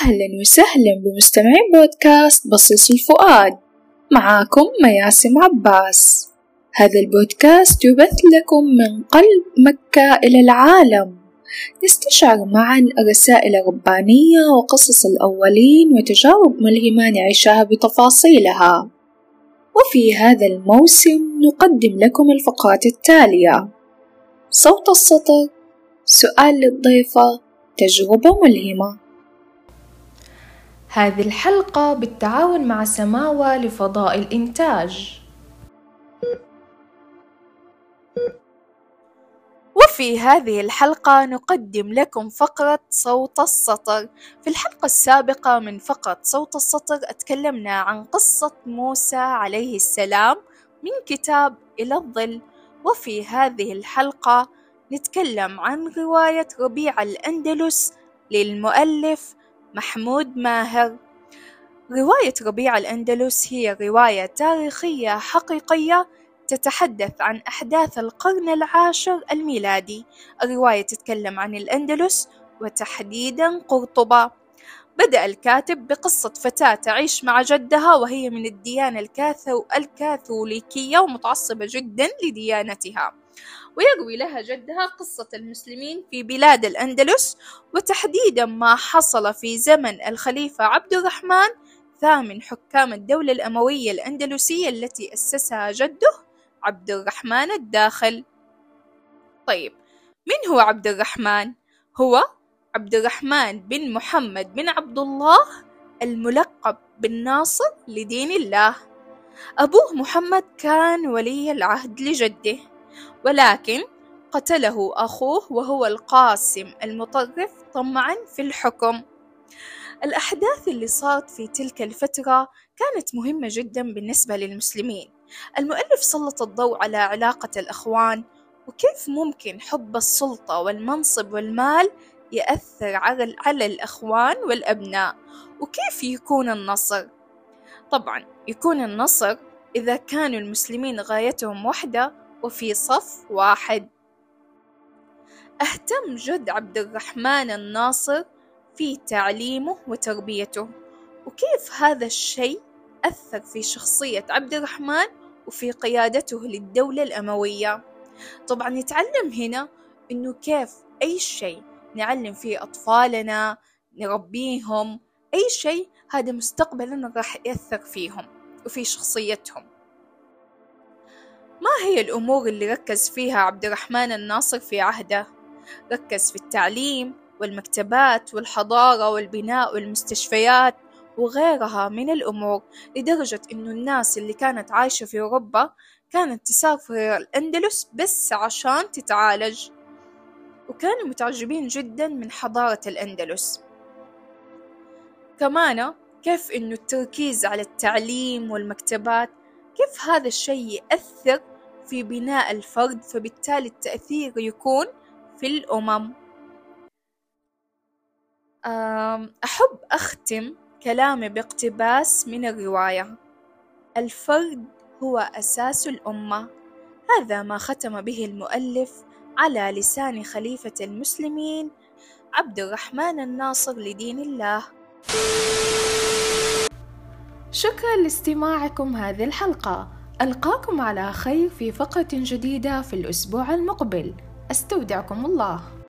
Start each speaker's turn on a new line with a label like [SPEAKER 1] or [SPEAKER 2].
[SPEAKER 1] أهلا وسهلا بمستمعين بودكاست بصيص الفؤاد. معاكم مياسم عباس. هذا البودكاست يبث لكم من قلب مكة إلى العالم، نستشعر معا الرسائل الربانية وقصص الأولين وتجارب ملهمة نعيشها بتفاصيلها. وفي هذا الموسم نقدم لكم الفقرات التالية: صوت السطر، سؤال للضيفة، تجربة ملهمة.
[SPEAKER 2] هذه الحلقة بالتعاون مع سماوة لفضاء الإنتاج. وفي هذه الحلقة نقدم لكم فقرة صوت السطر. في الحلقة السابقة من فقرة صوت السطر اتكلمنا عن قصة موسى عليه السلام من كتاب إلى الظل، وفي هذه الحلقة نتكلم عن رواية ربيع الأندلس للمؤلف محمود ماهر. رواية ربيع الأندلس هي رواية تاريخية حقيقية تتحدث عن أحداث القرن العاشر الميلادي. الرواية تتكلم عن الأندلس وتحديدا قرطبة. بدأ الكاتب بقصة فتاة تعيش مع جدها وهي من الديانة الكاثوليكية ومتعصبة جدا لديانتها، ويروي لها جدها قصة المسلمين في بلاد الأندلس، وتحديدا ما حصل في زمن الخليفة عبد الرحمن ثامن حكام الدولة الأموية الأندلسية التي أسسها جده عبد الرحمن الداخل. طيب، من هو عبد الرحمن؟ هو عبد الرحمن بن محمد بن عبد الله الملقب بالناصر لدين الله. أبوه محمد كان ولي العهد لجده، ولكن قتله أخوه وهو القاسم المطرف طمعا في الحكم. الأحداث اللي صارت في تلك الفترة كانت مهمة جدا بالنسبة للمسلمين. المؤلف سلط الضوء على علاقة الأخوان، وكيف ممكن حب السلطة والمنصب والمال يأثر على الأخوان والأبناء، وكيف يكون النصر. طبعا يكون النصر إذا كانوا المسلمين غايتهم واحدة وفي صف واحد. اهتم جد عبد الرحمن الناصر في تعليمه وتربيته، وكيف هذا الشيء أثر في شخصية عبد الرحمن وفي قيادته للدولة الأموية. طبعا نتعلم هنا إنه كيف أي شيء نعلم فيه أطفالنا نربيهم، أي شيء هذا مستقبلا راح يأثر فيهم وفي شخصيتهم. ما هي الأمور اللي ركز فيها عبد الرحمن الناصر في عهده؟ ركز في التعليم والمكتبات والحضارة والبناء والمستشفيات وغيرها من الأمور، لدرجة إنه الناس اللي كانت عايشة في أوروبا كانت تسافر الأندلس بس عشان تتعالج، وكانوا متعجبين جدا من حضارة الأندلس. كمان كيف إنه التركيز على التعليم والمكتبات كيف هذا الشيء يأثر في بناء الفرد، فبالتالي التأثير يكون في الأمم. أحب أختم كلامي باقتباس من الرواية: الفرد هو أساس الأمة. هذا ما ختم به المؤلف على لسان خليفة المسلمين عبد الرحمن الناصر لدين الله. شكرا لاستماعكم هذه الحلقة. ألقاكم على خير في فقرة جديدة في الأسبوع المقبل. أستودعكم الله.